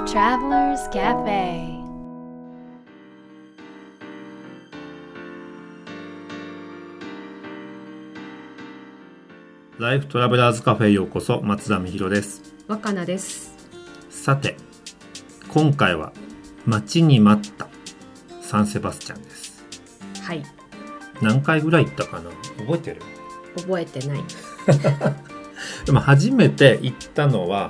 Travelers Cafe。 ライフトラベラーズカフェへようこそ。松田美弘です。 若菜です。 さて、今回は待ちに待ったサンセバスチャンです。 はい。 何回ぐらい行ったかな、覚えてる？ 覚えてない。 でも初めて行ったのは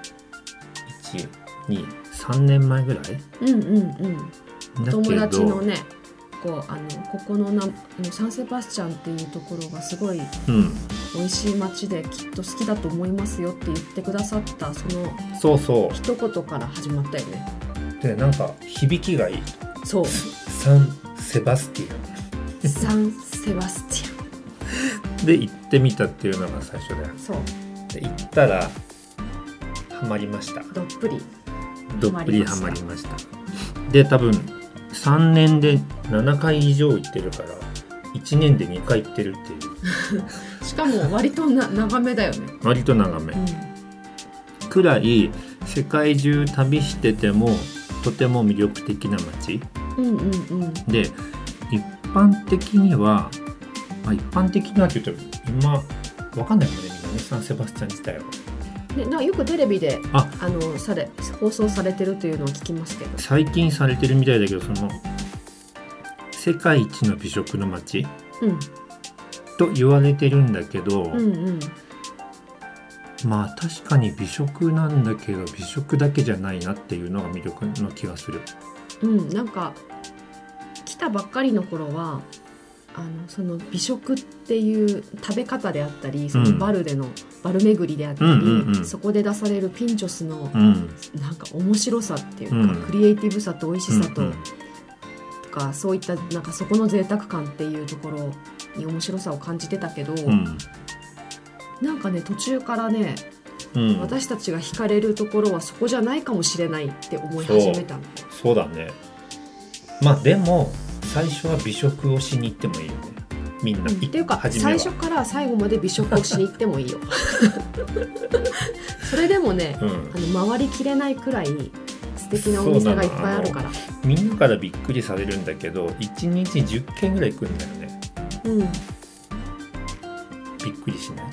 1、2、3年前ぐらい。 友達のね、ここのサンセバスチャンっていうところがすごい美味しい街できっと好きだと思いますよって言ってくださったその一言から始まったよね。 で、なんか響きがいい。 そう。 サンセバスティアン。 サンセバスティアンで行ってみたっていうのが最初で。 そう。 で行ったらハマりました。 どっぷりハマりました。 で、多分3年で7回以上行ってるから1年で2回行ってるっていうしかも割と長めだよね。 割と長め、くらい世界中旅しててもとても魅力的な街、で一般的には、一般的なって言うと今わかんないもんね、みんなね、サンセバスチャン自体はね、よくテレビで放送されてるというのを聞きますけど、 最近されてるみたいだけど、その世界一の美食の街、と言われてるんだけど、まあ確かに美食なんだけど美食だけじゃないなっていうのが魅力の気がする。なんか来たばっかりの頃はその美食っていう食べ方であったり、そのバルでのバル巡りであったり、そこで出されるピンチョスのなんか面白さっていうか、クリエイティブさと美味しさと、とかそういったなんかそこの贅沢感っていうところに面白さを感じてたけど、なんかね途中からね、私たちが惹かれるところはそこじゃないかもしれないって思い始めたの。 そうだね。まあでも最初は美食をしに行ってもいいよね、みんな。 っていうか最初から最後まで美食をしに行ってもいいよそれでもね、回りきれないくらい素敵なお店がいっぱいあるから。 みんなからびっくりされるんだけど1日10軒ぐらい行くんだよね。びっくりしない？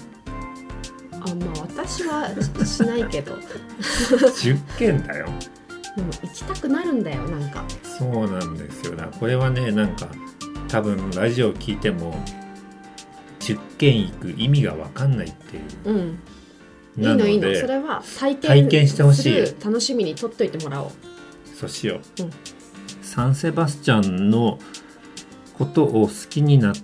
私はしないけど 10軒だよ。 でも行きたくなるんだよ、なんか。 そうなんですよ。これはね、なんか多分ラジオ聞いても10軒行く意味が分かんないっていう、 いいのそれは体験してほしい。楽しみに取っといてもらおう。 そうしよう、サンセバスチャンのことを好きになった、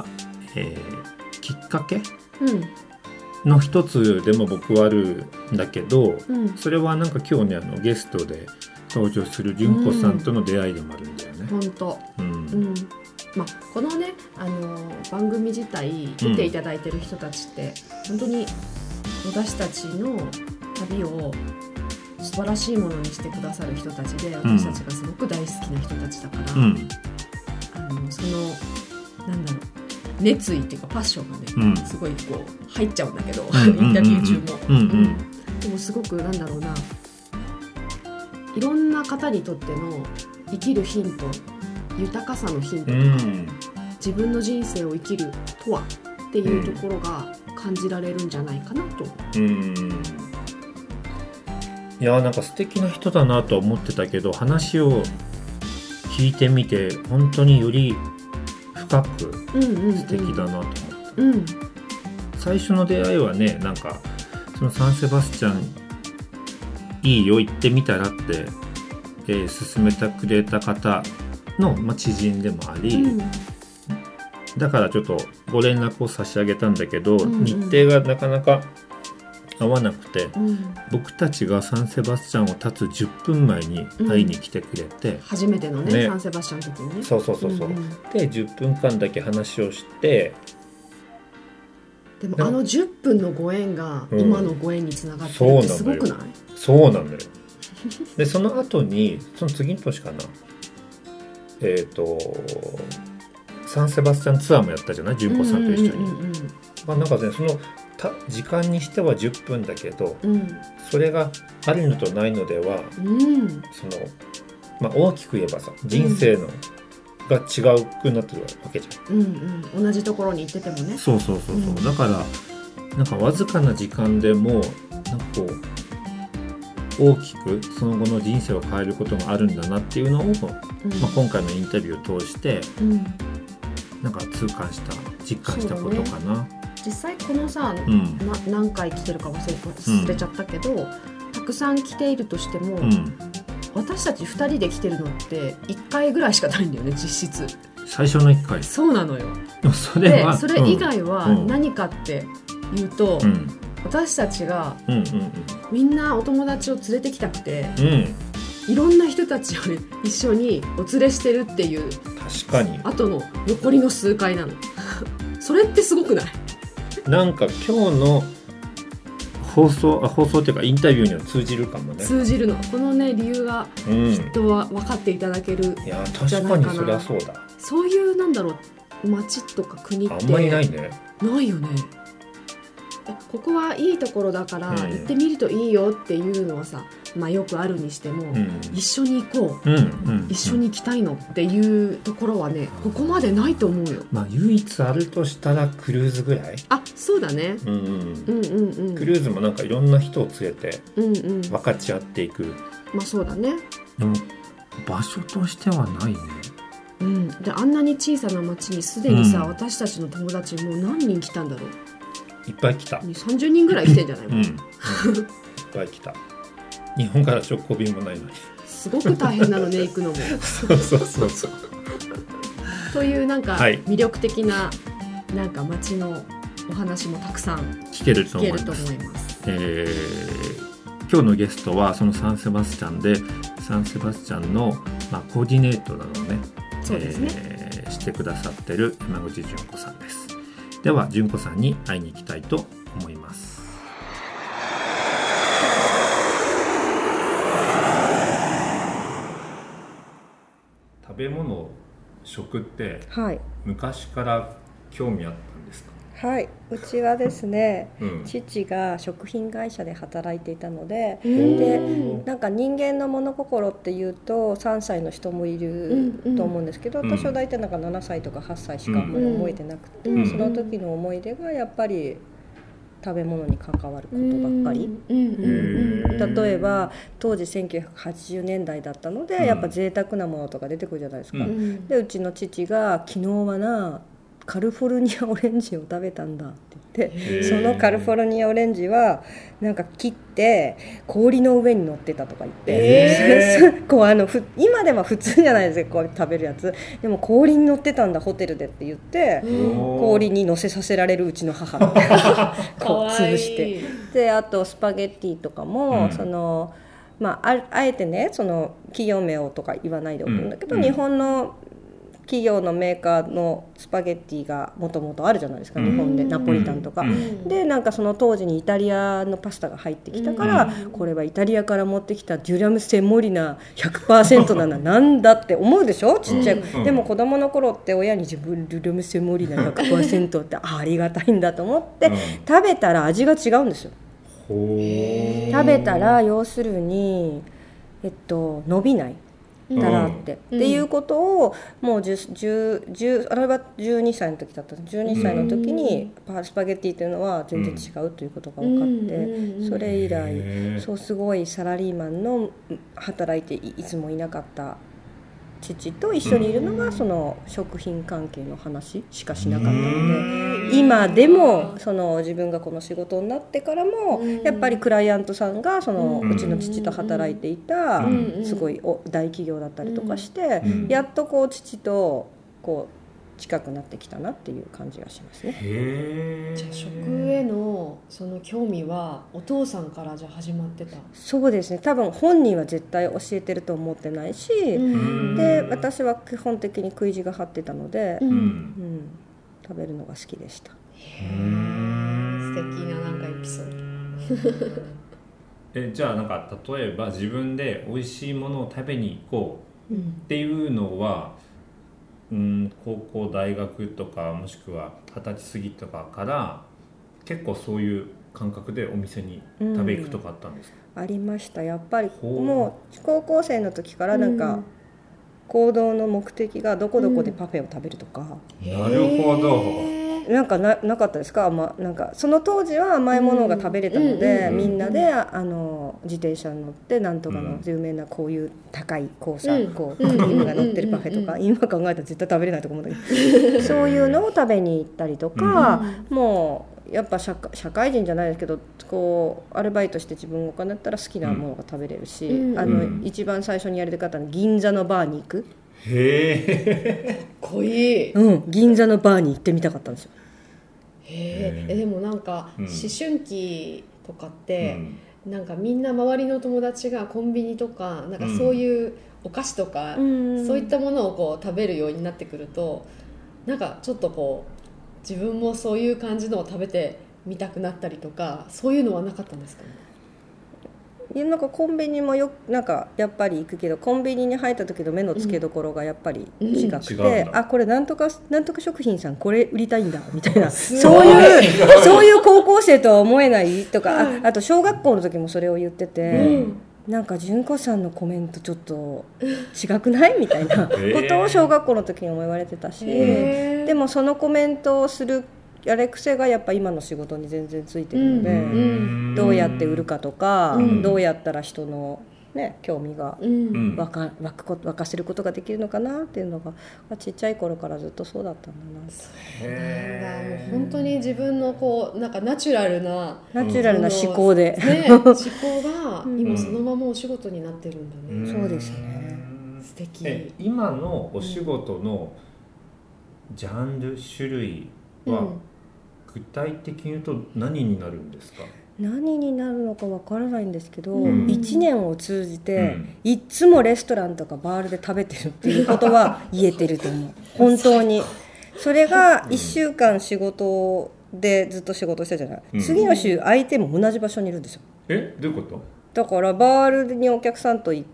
きっかけ、の一つでも僕はあるんだけど、それはなんか今日ね、ゲストで登場する純子さんとの出会いでもあるんだよね。 本当。このね、番組自体見ていただいてる人たちって、本当に私たちの旅を素晴らしいものにしてくださる人たちで、私たちがすごく大好きな人たちだから、そのなんだろう、熱意っていうかパッションがね、すごいこう入っちゃうんだけど、インタビュー中も、でもすごくなんだろうな、いろんな方にとっての生きるヒント、豊かさのヒントとか、自分の人生を生きるとはっていうところが感じられるんじゃないかなと。 いや、なんか素敵な人だなと思ってたけど、話を聞いてみて本当により深く素敵だなと思って、最初の出会いはね、なんかそのサンセバスチャンいいよ行ってみたらって、勧めてくれた方の、知人でもあり、だからちょっとご連絡を差し上げたんだけど、日程がなかなか合わなくて、僕たちがサンセバスチャンを立つ10分前に会いに来てくれて、 初めてのね、サンセバスチャンの時にね。 そう、で10分間だけ話をして、 でも10分のご縁が今のご縁につながってるってすごくない？ そうなんだよでその後にその次の年かな、サンセバスチャンツアーもやったじゃない、純子さんと一緒に。なんかね、その時間にしては10分だけど、 うん、 それがあるのとないのでは、 うん、 その、大きく言えばさ、人生の、が違うくなってるわけじゃん、 うんうん、同じところに行っててもね。 そう、だからなんかわずかな時間でもなんかこう大きくその後の人生を変えることがあるんだなっていうのを、今回のインタビューを通して、なんか痛感した実感したことかな。 実際このさ、何回来てるか忘れちゃったけど、たくさん来ているとしても、私たち2人で来てるのって1回ぐらいしかないんだよね、実質。 最初の1回。 そうなのよ。 それ以外は何かっていうと、私たちがみんなお友達を連れてきたくて、いろんな人たちを一緒にお連れしてるっていう、 確かに後の残りの数回なのそれってすごくない？ なんか今日の放送っていうかインタビューには通じるかもね。 通じるの。このね理由がきっとは分かっていただけるんじゃないかな。 確かにそりゃそうだ。 そういうなんだろう、町とか国ってあんまりないね。 ないよね。ここはいいところだから行ってみるといいよっていうのはさ、よくあるにしても、一緒に行こう、一緒に行きたいのっていうところはね、ここまでないと思うよ。 唯一あるとしたらクルーズぐらい。 そうだね。クルーズもなんかいろんな人を連れて分かち合っていく。 そうだね。 でも場所としてはないね。 であんなに小さな町にすでにさ、私たちの友達もう何人来たんだろう。 いっぱい来た。 30人ぐらい来てんじゃないの？いっぱい来た。日本から直行便もないのに。 すごく大変なのね、行くのも。 そう。 というなんか魅力的ななんか街のお話もたくさん聞けると思います。今日のゲストはそのサンセバスチャンで、サンセバスチャンの、コーディネートなどをね、 そうですね、 してくださってる山口純子さんです。では純子さんに会いに行きたいと思います。食べ物、食って、昔から興味あったんですか？ はい、うちはですね、父が食品会社で働いていたので、なんか人間の物心っていうと3歳の人もいると思うんですけど、私は大体なんか7歳とか8歳しか覚えてなくて、その時の思い出がやっぱり食べ物に関わることばっかり。例えば当時1980年代だったので、やっぱ贅沢なものとか出てくるじゃないですか。でうちの父が昨日はなカリフォルニアオレンジを食べたんだって言って、そのカリフォルニアオレンジはなんか切って氷の上に乗ってたとか言って、こう今では普通じゃないですか、こう食べるやつ。でも氷に乗ってたんだホテルでって言って、氷に乗せさせられるうちの母みたいなこう潰して、であとスパゲッティとかも、あえてねその企業名をとか言わないでおくんだけど、日本の企業のメーカーのスパゲッティがもともとあるじゃないですか、日本でナポリタンとか、でなんかその当時にイタリアのパスタが入ってきたから、これはイタリアから持ってきたデュラムセモリナ 100% なんだって思うでしょ、ちっちゃい、でも子供の頃って親に自分デュラムセモリナ 100% ってありがたいんだと思って、食べたら味が違うんですよ。食べたら要するに伸びないだらっていうことをもうあれは12歳の時だった。12歳の時にスパゲッティというのは全然違うということが分かって、それ以来そうすごいサラリーマンの働いていつもいなかった父と一緒にいるのがその食品関係の話しかしなかったので、今でもその自分がこの仕事になってからもやっぱりクライアントさんがそのうちの父と働いていたすごい大企業だったりとかして、やっとこう父とこう近くなってきたなっていう感じがしますね。 じゃあ食へのその興味はお父さんからじゃ始まってた？ そうですね、多分本人は絶対教えてると思ってないし、で私は基本的に食い地が張ってたので、食べるのが好きでした。 素敵ななんかエピソードじゃあなんか例えば自分で美味しいものを食べに行こうっていうのは、高校大学とかもしくは20歳過ぎとかから結構そういう感覚でお店に食べ行くとかあったんですか？ ありました。やっぱりもう高校生の時からなんか行動の目的がどこどこでパフェを食べるとか、 なるほど。 なんか なかったですか？なんかその当時は甘いものが食べれたので、みんなで自転車に乗ってなんとかの有名なこういう高いこうさ、こうクリームが乗ってるパフェとか、今考えたら絶対食べれないと思うんだけどそういうのを食べに行ったりとか、もうやっぱ社会人じゃないですけど、こうアルバイトして自分がお金だったら好きなものが食べれるし、一番最初にやりたかったのは銀座のバーに行く。 へえ、かっこいい。 銀座のバーに行ってみたかったんですよ。 でもなんか思春期とかって、なんかみんな周りの友達がコンビニとかなんかそういうお菓子とか、そういったものをこう食べるようになってくると、なんかちょっとこう自分もそういう感じのを食べてみたくなったりとか、そういうのはなかったんですかね？ いや、なんかコンビニもなんかやっぱり行くけど、コンビニに入った時の目の付けどころがやっぱり違くて、あ、これなんとか食品さんこれ売りたいんだみたいなそういう高校生とは思えないとか、あと小学校の時もそれを言ってて、なんか純子さんのコメントちょっと違くないみたいなことを小学校の時にも言われてたし、でもそのコメントをするやれ癖がやっぱ今の仕事に全然ついてるので、どうやって売るかとか、どうやったら人の、興味が沸かせることができるのかなっていうのがちっちゃい頃からずっとそうだったんだな。 そうなんだ。もう本当に自分のこうなんかナチュラルな思考で、 思考が今そのままお仕事になってるんだね。 そうですね。 素敵。 今のお仕事のジャンル種類は、具体的に言うと何になるんですか？ 何になるのかわからないんですけど、1年を通じて、いつもレストランとかバールで食べてるっていうことは言えてると思う。本当にそれが1週間仕事でずっと仕事したじゃない、次の週相手も同じ場所にいるんですよ。 どういうこと？ だからバールにお客さんと行って、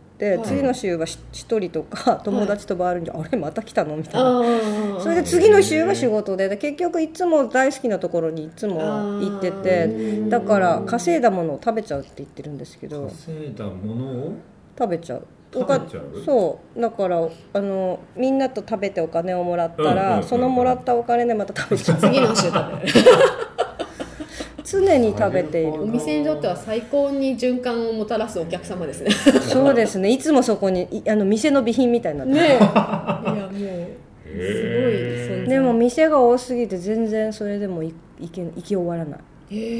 次の週は1人とか友達とバールに、あれまた来たのみたいな、それで次の週は仕事で、結局いつも大好きなところにいつも行ってて、だから稼いだものを食べちゃうって言ってるんですけど、 稼いだものを食べちゃう。そうだからみんなと食べてお金をもらったら、そのもらったお金でまた食べちゃう。 次の週食べる常に食べている。 お店にとっては最高に循環をもたらすお客様ですね。 そうですね。いつもそこに店の備品みたいになってる。 いやもうすごい。 でも店が多すぎて全然それでも行き終わらない。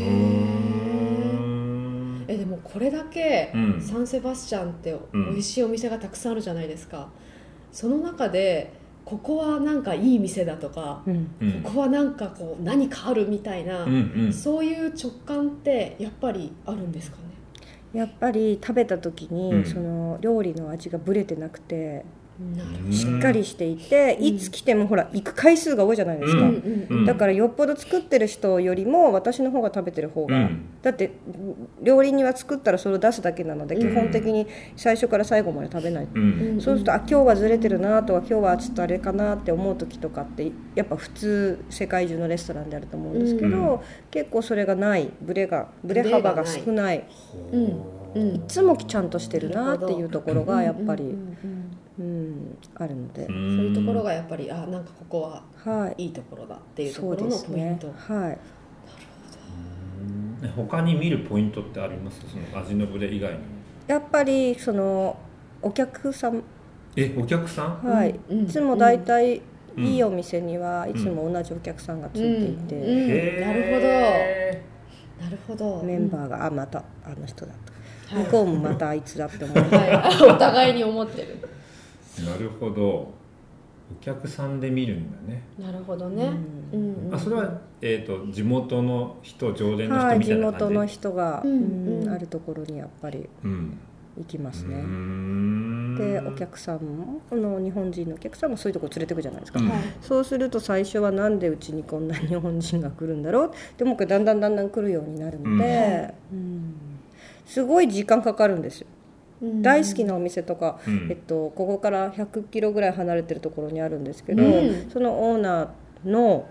でもこれだけサンセバスチャンって美味しいお店がたくさんあるじゃないですか。その中でここはなんかいい店だとか、ここはなんかこう何かあるみたいな、そういう直感ってやっぱりあるんですかね？ やっぱり食べた時に、その料理の味がブレてなくて、しっかりしていて、いつ来てもほら行く回数が多いじゃないですか、だからよっぽど作ってる人よりも私の方が食べてる方が、だって料理人は作ったらそれを出すだけなので、基本的に最初から最後まで食べない、そうすると今日はずれてるなとか、今日はちょっとあれかなって思う時とかってやっぱ普通世界中のレストランであると思うんですけど、結構それがない、ブレ幅が少ない、いつもちゃんとしてるなっていうところがやっぱりあるので、 そういうところがやっぱりなんかここはいいところだっていうところのポイント。 なるほど。他に見るポイントってあります？その味のブレ以外に。 やっぱりそのお客さん。 お客さん？ はい。いつもだいたいいいお店にはいつも同じお客さんがついていて、 なるほど。 メンバーがまたあの人だと、向こうもまたあいつだって思う。 お互いに思ってる。 なるほど。お客さんで見るんだね。 なるほどね。 それは、地元の人、常連の人みたいな感じ。 地元の人が、あるところにやっぱり行きますね。でお客さんも日本人のお客さんもそういうところ連れてくじゃないですか、そうすると最初はなんでうちにこんな日本人が来るんだろう、でもだんだん来るようになるので、すごい時間かかるんですよ。大好きなお店とか、ここから100キロぐらい離れてるところにあるんですけど、そのオーナーの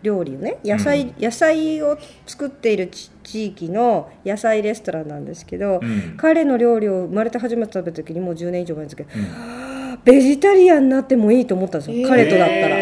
料理をね、野菜を作っている地域の野菜レストランなんですけど、彼の料理を生まれて初めて食べた時にもう10年以上前ですけど、ベジタリアンになってもいいと思ったんですよ、彼とだったら。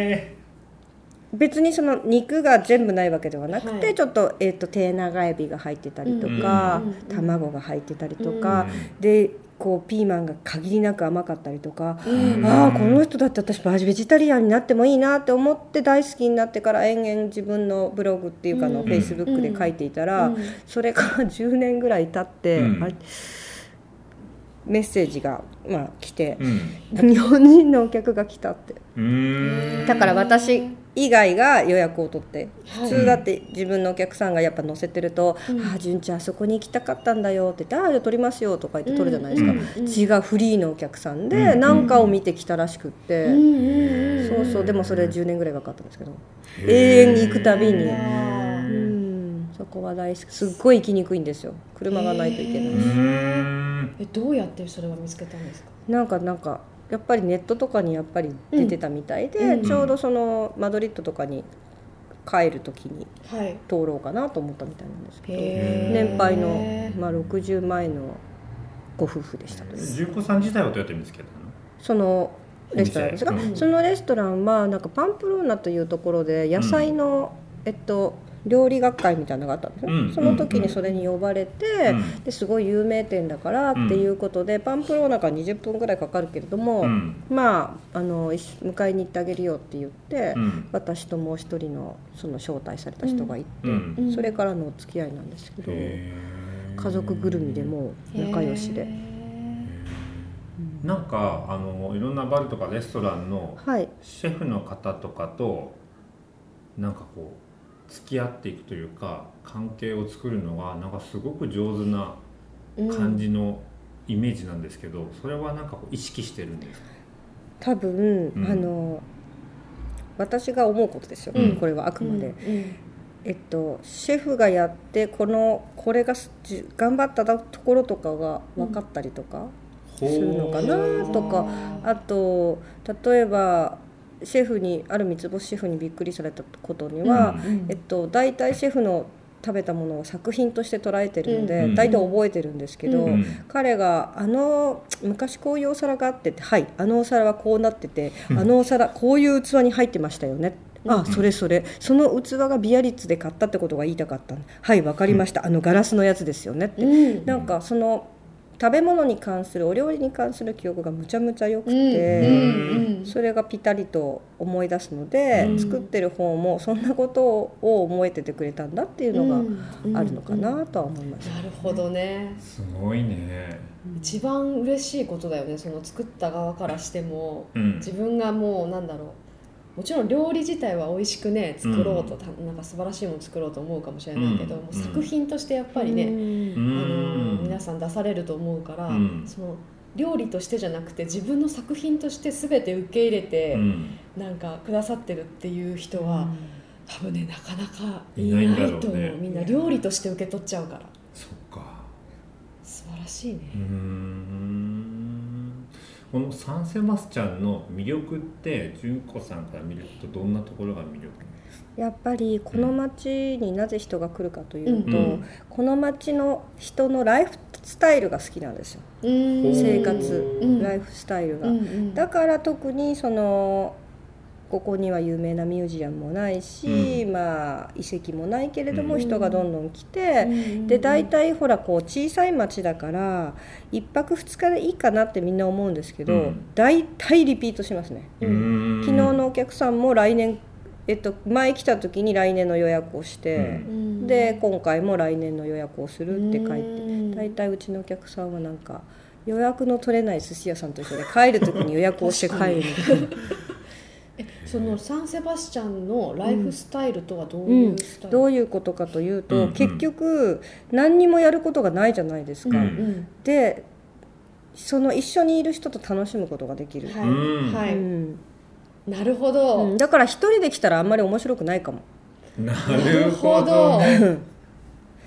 別にその肉が全部ないわけではなくて、ちょっと、低長エビが入ってたりとか、卵が入ってたりとか、でこうピーマンが限りなく甘かったりとか、ああこの人だって私ベジタリアンになってもいいなって思って大好きになってから延々自分のブログっていうかのフェイスブックで書いていたら、それから10年ぐらい経って、あれメッセージが、来て、日本人のお客が来たって。だから私以外が予約を取って、普通だって自分のお客さんがやっぱ載せてると純ちゃんあそこに行きたかったんだよって言って、じゃあ取りますよとか言って取るじゃないですか。違うフリーのお客さんで何かを見てきたらしくって、そうでもそれ10年ぐらいかかったんですけど、永遠に行くたびに、そこは大好き。すっごい行きにくいんですよ、車がないといけないし。 どうやってそれは見つけたんですか？ なんかやっぱりネットとかにやっぱり出てたみたいで、ちょうどそのマドリッドとかに帰る時に通ろうかなと思ったみたいなんですけど、年配の、60前のご夫婦でしたという。 純子さん自体はどうやって見つけたの？ そのレストランですが、そのレストランはなんかパンプローナというところで野菜の、料理学会みたいなのがあったんですね。その時にそれに呼ばれて、ですごい有名店だからっていうことで、パンプローナから20分ぐらいかかるけれども、迎えに行ってあげるよって言って、私ともう一人のその招待された人がいて、それからのお付き合いなんですけど、家族ぐるみでもう仲良しで。 なんかいろんなバルとかレストランのシェフの方とかとなんかこう付き合っていくというか関係を作るのがなんかすごく上手な感じのイメージなんですけど、それはなんかこう意識してるんですか？ 多分、私が思うことですよ、これはあくまで、シェフがやってこれが頑張ったところとかが分かったりとかするのかなとか、あと例えばある三つ星シェフにびっくりされたことには、大体シェフの食べたものを作品として捉えてるので、大体覚えてるんですけど、彼が昔こういうお皿があってて、あのお皿はこうなってて、あのお皿こういう器に入ってましたよね、その器がビアリッツで買ったってことが言いたかった。わかりました、ガラスのやつですよねって、なんかその食べ物に関するお料理に関する記憶がむちゃむちゃ良くて、それがピタリと思い出すので、作ってる方もそんなことを思えててくれたんだっていうのがあるのかなとは思います。 なるほどね。 すごいね。 一番嬉しいことだよね、その作った側からしても、自分がもうもちろん料理自体は美味しくね作ろうと、なんか素晴らしいもの作ろうと思うかもしれないけど、もう作品としてやっぱりね、皆さん出されると思うから、その料理としてじゃなくて自分の作品として全て受け入れて、なんかくださってるっていう人は、多分ねなかなかいないと思う。みんな料理として受け取っちゃうから。 そっか、 素晴らしいね。 このサンセバスチャンの魅力って純子さんから見るとどんなところが魅力なんですか？ やっぱりこの町になぜ人が来るかというと、この町の人のライフスタイルが好きなんですよ。生活、ライフスタイルが、だから特にここには有名なミュージアムもないし、遺跡もないけれども人がどんどん来て、で大体ほらこう小さい町だから1泊2日でいいかなってみんな思うんですけど、大体リピートしますね。昨日のお客さんも来年、前来た時に来年の予約をして、で今回も来年の予約をするって書いて、大体うちのお客さんはなんか予約の取れない寿司屋さんと一緒で帰る時に予約をして帰るみたいな。 そのサンセバスチャンのライフスタイルとはどういうスタイル？ どういうことかというと、結局何にもやることがないじゃないですか。でその一緒にいる人と楽しむことができる。 なるほど、 だから一人で来たらあんまり面白くないかも。 なるほど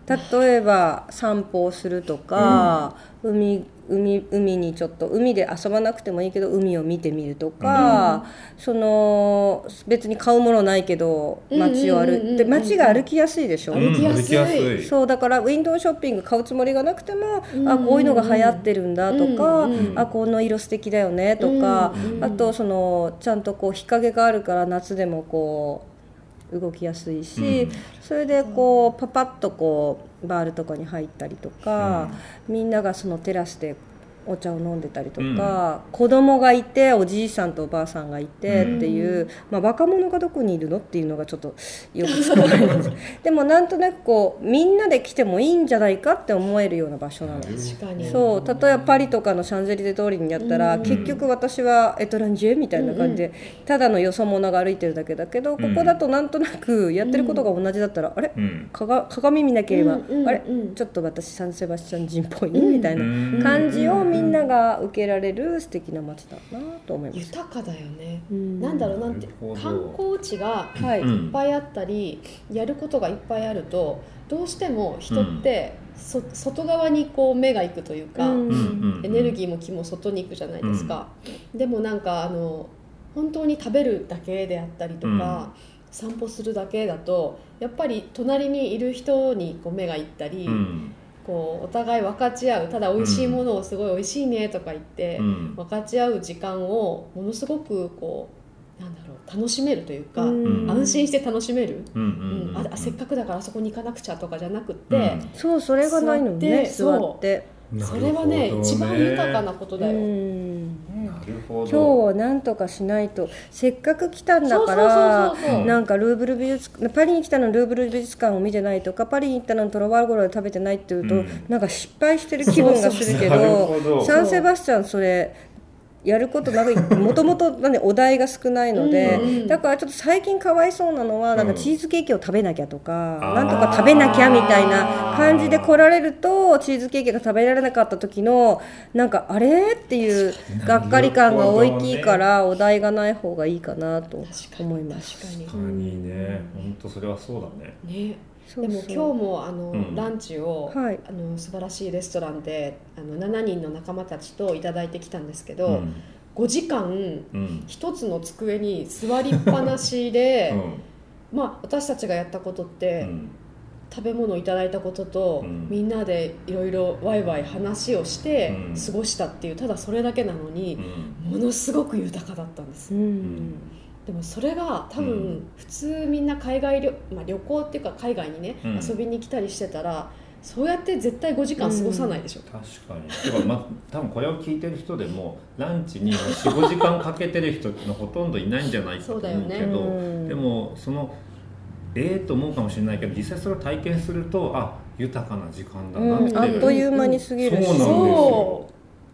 例えば散歩をするとか、海にちょっと海で遊ばなくてもいいけど海を見てみるとか、その別に買うものないけど街をで街が歩きやすいでしょ、 歩きやすい。 そうだからウィンドウショッピング買うつもりがなくても、あこういうのが流行ってるんだとか、あこの色素敵だよねとか、あとそのちゃんとこう日陰があるから夏でもこう動きやすいし、それでこうパパッとこうバールとかに入ったりとか、みんながそのテラスでお茶を飲んでたりとか、子供がいておじいさんとおばあさんがいてっていう、若者がどこにいるのっていうのがちょっとよく使われるんですでもなんとなくこうみんなで来てもいいんじゃないかって思えるような場所なの。 確かに。 そう例えばパリとかのシャンゼリゼ通りにやったら、結局私はエトランジェみたいな感じで、ただのよそ者が歩いてるだけだけど、ここだとなんとなくやってることが同じだったら、あれ、鏡見なければ、あれちょっと私サンセバスチャン人っぽいみたいな感じをみんなが受けられる素敵な街だなと思います。 豊かだよね。なんだろう、なんて観光地がいっぱいあったり、やることがいっぱいあるとどうしても人って、外側にこう目が行くというか、エネルギーも気も外に行くじゃないですか。でもなんか本当に食べるだけであったりとか、散歩するだけだとやっぱり隣にいる人にこう目が行ったり、こうお互い分かち合う、ただ美味しいものをすごい美味しいねとか言って分かち合う時間をものすごくこうなんだろう楽しめるというか、安心して楽しめる、せっかくだからあそこに行かなくちゃとかじゃなくって、 そうそれがないのね、座ってそれはね一番豊かなことだよ。 今日は何とかしないと、せっかく来たんだからなんかルーブル美術パリに来たのにルーブル美術館を見てないとか、パリに行ったのにトロワールゴロで食べてないっていうと、なんか失敗してる気分がするけど、サンセバスチャンそれやることなく、もともとお題が少ないので、だからちょっと最近かわいそうなのはなんかチーズケーキを食べなきゃとか、なんとか食べなきゃみたいな感じで来られると、チーズケーキが食べられなかった時のなんかあれっていうがっかり感が大きいから、お題がない方がいいかなと思います。 確かにね、本当それはそうだね。 でも今日もランチを、素晴らしいレストランで7人の仲間たちといただいてきたんですけど、5時間一つの机に座りっぱなしで、私たちがやったことって、食べ物をいただいたことと、みんなでいろいろワイワイ話をして過ごしたっていう、ただそれだけなのに、ものすごく豊かだったんです。でもそれが多分普通みんな海外旅行っていうか海外にね、遊びに来たりしてたらそうやって絶対5時間過ごさないでしょ。 確かに。多分これを聞いてる人でもランチに 4,5 時間かけてる人のほとんどいないんじゃないかと思うけど、でもそのと思うかもしれないけど、実際それを体験すると豊かな時間だなって、 あっという間に過ぎるし、 そうなんですよ。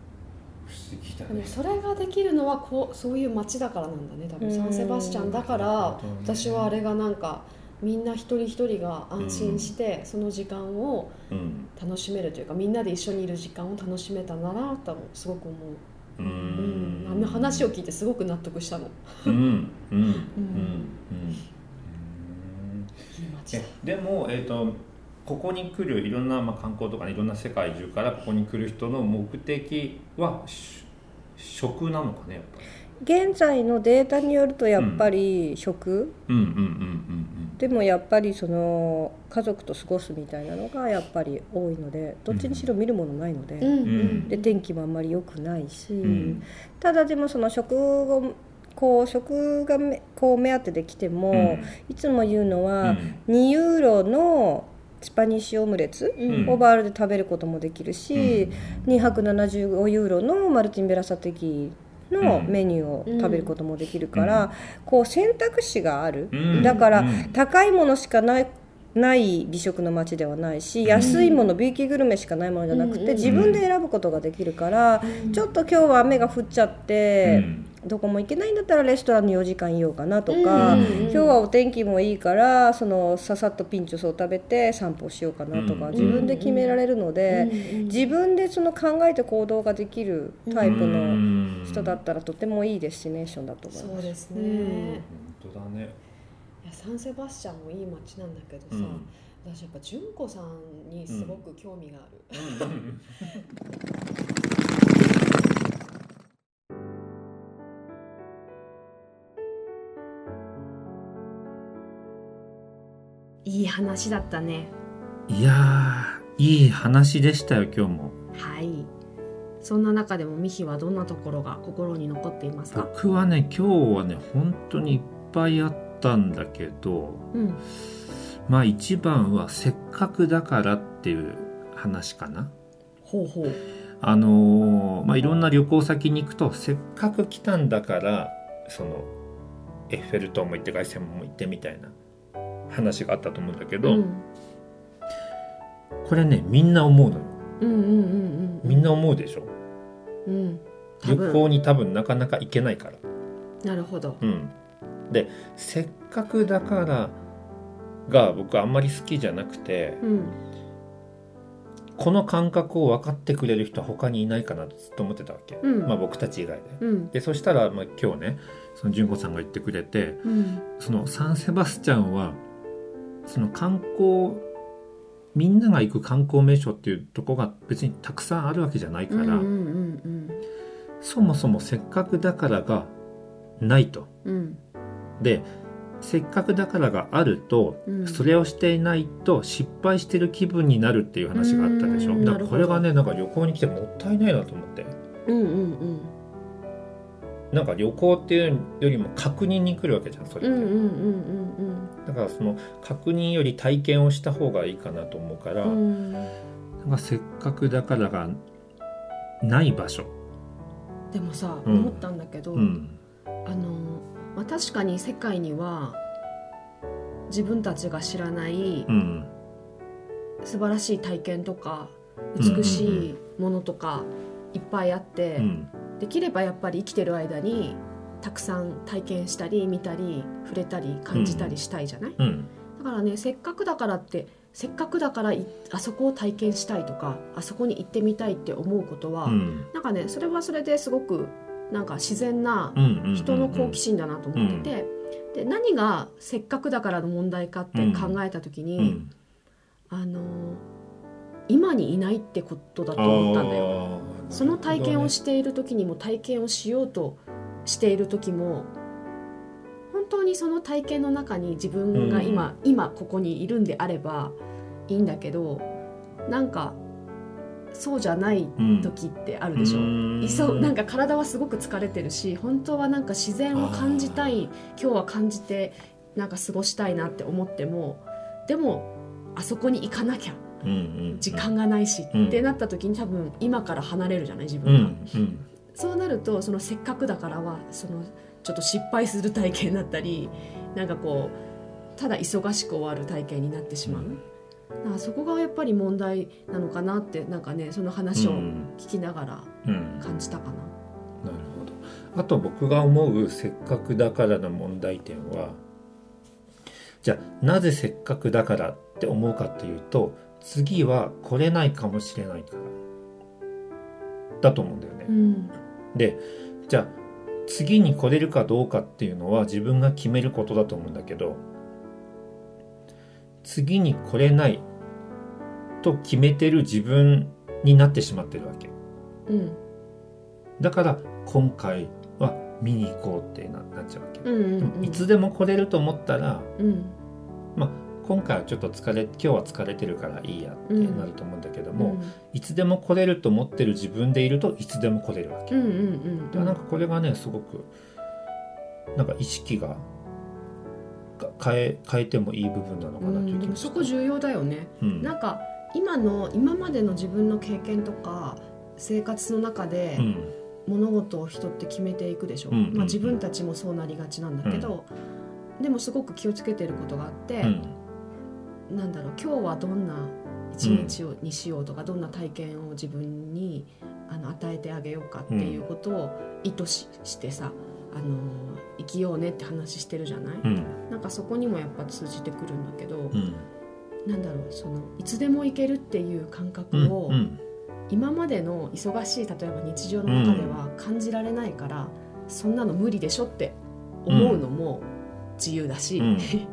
それができるのはそういう街だからなんだね、多分サンセバスチャンだから、私はあれがなんかみんな一人一人が安心してその時間を楽しめるというか、みんなで一緒にいる時間を楽しめたんだなとすごく思う。あの話を聞いてすごく納得したの。 でもここに来るいろんな観光とか、いろんな世界中からここに来る人の目的は食なのかね、やっぱり。 現在のデータによるとやっぱり食、でもやっぱりその家族と過ごすみたいなのがやっぱり多いので、どっちにしろ見るものないので、で天気もあんまり良くないし、ただでもその食がこう目当てで来ても、いつも言うのは2ユーロのスパニッシュオムレツをバールで食べることもできるし、275ユーロのマルティン・ベラサテギのメニューを食べることもできるから、こう選択肢がある。だから高いものしかない美食の街ではないし、安いもの B 級グルメしかないものじゃなくて、自分で選ぶことができるから、ちょっと今日は雨が降っちゃってどこも行けないんだったらレストランに4時間いようかなとか、今日はお天気もいいからささっとピンチョスを食べて散歩しようかなとか、自分で決められるので、自分でその考えて行動ができるタイプの人だったらとてもいいデスティネーションだと思います。 そうですね。 本当だね。 サンセバスチャンもいい街なんだけどさ、 私やっぱ純子さんにすごく興味がある、いい話だったね。 いやー、いい話でしたよ今日も。 はい。そんな中でもミヒはどんなところが心に残っていますか？ 僕はね、今日はね本当にいっぱいあったんだけど、まあ一番はせっかくだからっていう話かな。 ほうほう。 まあいろんな旅行先に行くと、せっかく来たんだからそのエッフェル塔も行って凱旋門も行ってみたいな話があったと思うんだけど、これねみんな思うのよ。みんな思うでしょ。旅行に多分なかなか行けないから。 なるほど。 で、せっかくだからが僕あんまり好きじゃなくて、この感覚を分かってくれる人は他にいないかなとずっと思ってたわけ、まあ僕たち以外で、でそしたら、まあ、今日ねその純子さんが言ってくれて、そのサンセバスチャンはその観光、みんなが行く観光名所っていうとこが別にたくさんあるわけじゃないから、そもそもせっかくだからがないと、でせっかくだからがあると、それをしていないと失敗してる気分になるっていう話があったでしょ。だからこれがね、なんか旅行に来てもったいないなと思って、なんか旅行っていうよりも確認に来るわけじゃんそれって、だからその確認より体験をした方がいいかなと思うから、なんかせっかくだからがない場所。 でもさ、思ったんだけど、まあ、確かに世界には自分たちが知らない素晴らしい体験とか美しいものとかいっぱいあって、できればやっぱり生きてる間にたくさん体験したり見たり触れたり感じたりしたいじゃない、だからね、せっかくだからってせっかくだからあそこを体験したいとかあそこに行ってみたいって思うことは、なんかねそれはそれですごくなんか自然な人の好奇心だなと思ってて、で何がせっかくだからの問題かって考えた時に、今にいないってことだと思ったんだよ。その体験をしている時にも体験をしようとしている時も本当にその体験の中に自分が今ここにいるんであればいいんだけど、なんかそうじゃない時ってあるでしょ、なんか体はすごく疲れてるし、本当はなんか自然を感じたい、今日は感じてなんか過ごしたいなって思っても、でもあそこに行かなきゃ時間がないしってなった時に多分今から離れるじゃない自分が、そうなるとそのせっかくだからはそのちょっと失敗する体験だったり、なんかこうただ忙しく終わる体験になってしまう、なんかそこがやっぱり問題なのかなって、なんかねその話を聞きながら感じたかな、 なるほど。あと僕が思うせっかくだからの問題点は、じゃあなぜせっかくだからって思うかっていうと、次は来れないかもしれないからだと思うんだよね、でじゃあ次に来れるかどうかっていうのは自分が決めることだと思うんだけど、次に来れないと決めてる自分になってしまってるわけ、だから今回は見に行こうってなっちゃうわけ、でもいつでも来れると思ったら、まあ今回はちょっと今日は疲れてるからいいやってなると思うんだけども、いつでも来れると思ってる自分でいるといつでも来れるわけ、だからなんかこれがねすごくなんか意識が変えてもいい部分なのかなという気がする。 そこ重要だよね、なんか今までの自分の経験とか生活の中で、物事を人って決めていくでしょ、まあ、自分たちもそうなりがちなんだけど、でもすごく気をつけてることがあって、なんだろう、今日はどんな一日にしようとか、どんな体験を自分に与えてあげようかっていうことを意図してさ、生きようねって話してるじゃない、なんかそこにもやっぱ通じてくるんだけど、なんだろう、そのいつでも行けるっていう感覚を、今までの忙しい例えば日常の中では感じられないから、そんなの無理でしょって思うのも自由だし、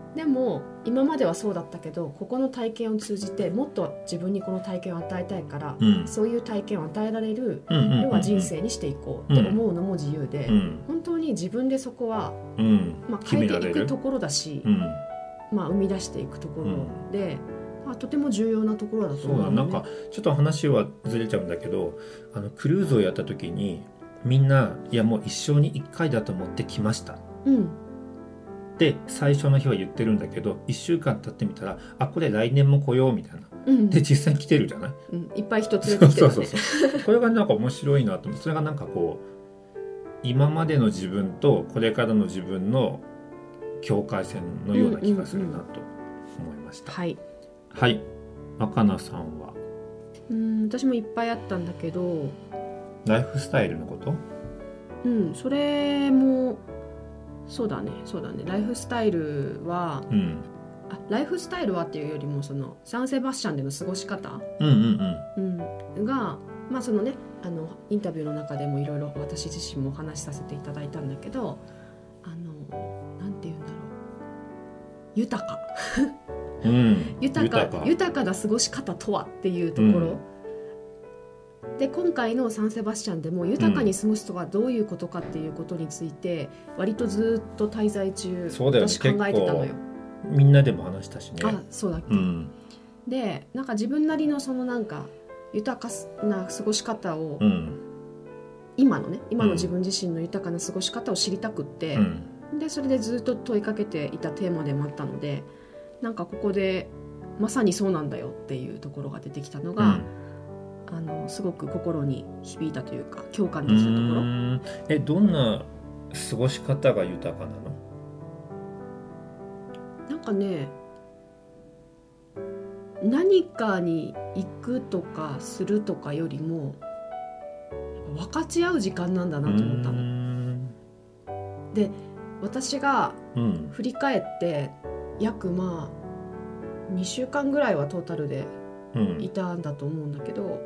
でも今まではそうだったけど、ここの体験を通じてもっと自分にこの体験を与えたいから、そういう体験を与えられる、要は人生にしていこうって思うのも自由で、本当に自分でそこは、変えていくところだし、生み出していくところで、とても重要なところだと思う、ね。 そうだ、なんかちょっと話はずれちゃうんだけど、クルーズをやった時にみんないやもう一生に1回だと思って来ました、で最初の日は言ってるんだけど、1週間経ってみたらこれ来年も来ようみたいな、で実際に来てるじゃない、 いっぱい人連れてきてるね。 そうこれがなんか面白いなと思って、それがなんかこう今までの自分とこれからの自分の境界線のような気がするなと思いました。 はいはい、若菜さんは？ 私もいっぱいあったんだけど、 ライフスタイルのこと？ それもそうだねライフスタイルは、ライフスタイルはっていうよりもそのサンセバスチャンでの過ごし方、がそのねインタビューの中でもいろいろ私自身もお話しさせていただいたんだけど、なんていうんだろう、豊か豊かな過ごし方とはっていうところ、で今回のサンセバスチャンでも豊かに過ごすとはどういうことかっていうことについて、割とずっと滞在中、私考えてたのよ。 みんなでも話したしね。 そうだっけ、でなんか自分なりのそのなんか豊かな過ごし方を、今の自分自身の豊かな過ごし方を知りたくって、でそれでずっと問いかけていたテーマでもあったので、なんかここでまさにそうなんだよっていうところが出てきたのが、すごく心に響いたというか共感できたところ。 どんな過ごし方が豊かなの？ なんかね、何かに行くとかするとかよりも分かち合う時間なんだなと思ったの。で私が振り返って約2週間ぐらいはトータルでいたんだと思うんだけど、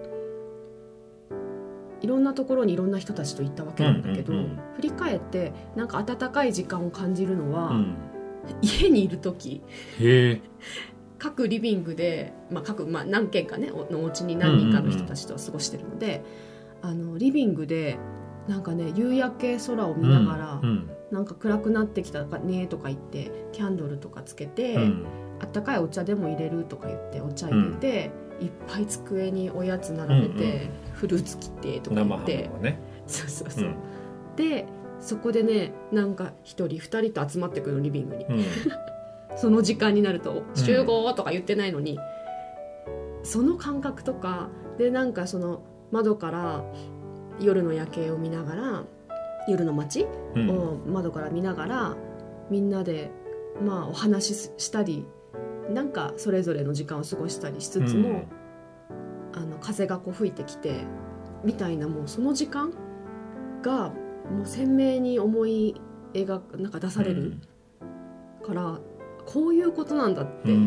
いろんなところにいろんな人たちと行ったわけなんだけど、振り返ってなんか温かい時間を感じるのは、家にいる時、各リビングで、何軒かねのお家に何人かの人たちと過ごしてるので、リビングでなんかね夕焼け空を見ながら、なんか暗くなってきたねとか言ってキャンドルとかつけて、あったかいお茶でも入れるとか言ってお茶入れて、いっぱい机におやつ並べて、フルーツ切ってとか言って、そうでそこでねなんか1人2人と集まってくるリビングに、その時間になると集合とか言ってないのに、その感覚とかで、なんかその窓から夜の夜景を見ながら、夜の街を窓から見ながら、みんなでお話ししたり、なんかそれぞれの時間を過ごしたりしつつも、風がこう吹いてきてみたいな、もうその時間がもう鮮明に思いなんか出されるから、こういうことなんだっていう、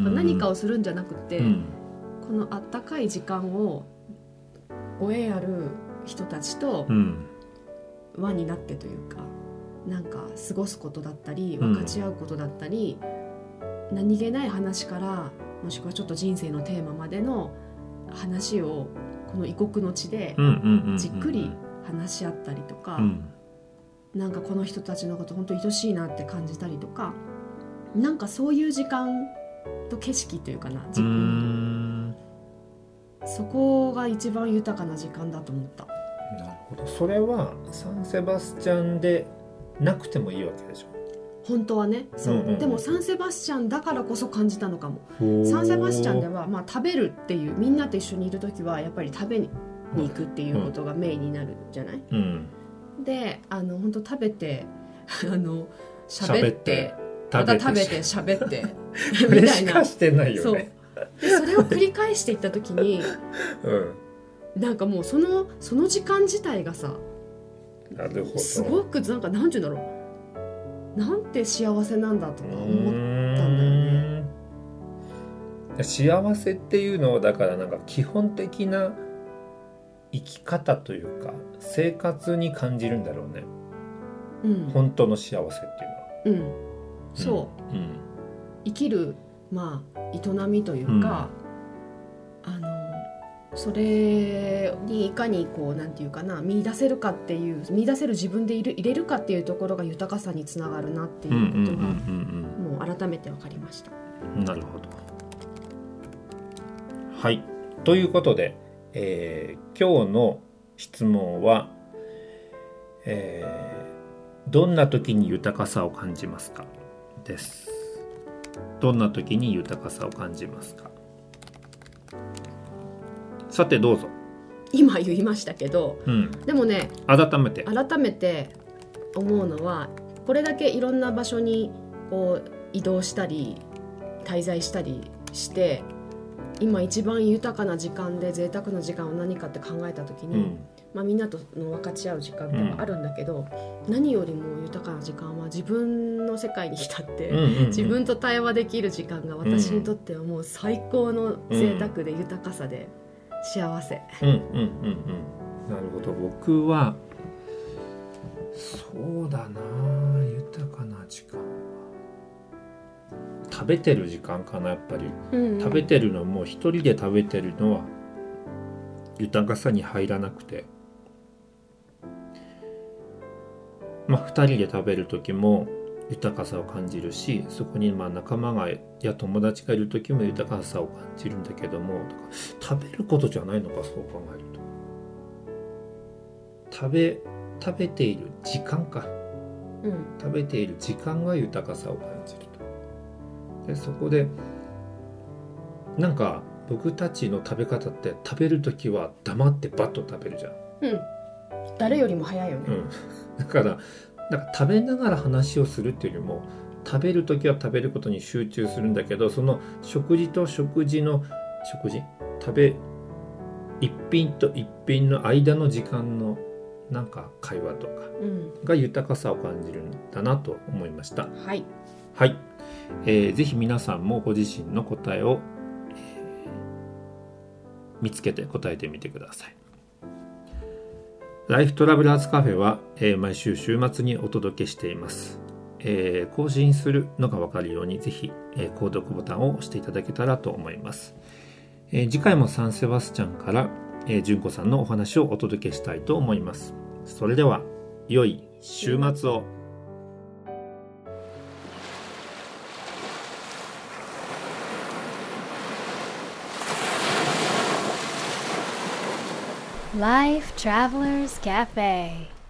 何かをするんじゃなくて、このあったかい時間をご縁ある人たちと輪になってというか、なんか過ごすことだったり分かち合うことだったり、何気ない話からもしくはちょっと人生のテーマまでの話をこの異国の地でじっくり話し合ったりとか、なんかこの人たちのこと本当に愛しいなって感じたりとか、なんかそういう時間と景色というかな、そこが一番豊かな時間だと思った。 なるほど。それはサンセバスチャンでなくてもいいわけでしょ？ 本当はね、そう、でもサンセバスチャンだからこそ感じたのかも。サンセバスチャンでは、食べるっていう、みんなと一緒にいるときはやっぱり食べに行くっていうことがメインになるじゃない、で本当食べて喋ってまた食べて喋ってみたいな、 しかしてないよね。 でそれを繰り返していったときに、なんかもうその時間自体がさ、 なるほど、 すごくなんかなんていうんだろう、なんて幸せなんだとか思ったんだよね。 幸せっていうのをだからなんか基本的な生き方というか生活に感じるんだろうね、本当の幸せっていうのは。 そう、 生きる、営みというか、それにいかになんていうかな、見出せる自分で入れるかっていうところが豊かさにつながるなっていうことがもう改めて分かりました。 なるほど。はい、ということで、今日の質問は、どんな時に豊かさを感じますかです。どんな時に豊かさを感じますか。さてどうぞ。 今言いましたけど、でもね、 改めて思うのは、これだけいろんな場所に移動したり滞在したりして、今一番豊かな時間で贅沢な時間は何かって考えた時に、みんなと分かち合う時間ってあるんだけど、何よりも豊かな時間は自分の世界に浸って、自分と対話できる時間が私にとってはもう最高の贅沢で豊かさで幸せ。 なるほど。僕はそうだな、豊かな時間は食べてる時間かな、やっぱり。食べてるのも一人で食べてるのは豊かさに入らなくて、二人で食べる時も豊かさを感じるし、そこに仲間や友達がいる時も豊かさを感じるんだけども、食べることじゃないのか、そう考えると。食べている時間か、食べている時間が豊かさを感じると。でそこでなんか僕たちの食べ方って、食べる時は黙ってバッと食べるじゃん。 誰よりも早いよね。 だから食べながら話をするっていうよりも、食べる時は食べることに集中するんだけど、その食事と食事一品と一品の間の時間のなんか会話とかが豊かさを感じるんだなと思いました。 はい、 はい。ぜひ皆さんもご自身の答えを、見つけて答えてみてください。ライフトラベラーズカフェは、毎週週末にお届けしています。更新するのが分かるように、ぜひ、購読ボタンを押していただけたらと思います。次回もサンセバスチャンから、純子さんのお話をお届けしたいと思います。それでは良い週末を。 Life Travelers Cafe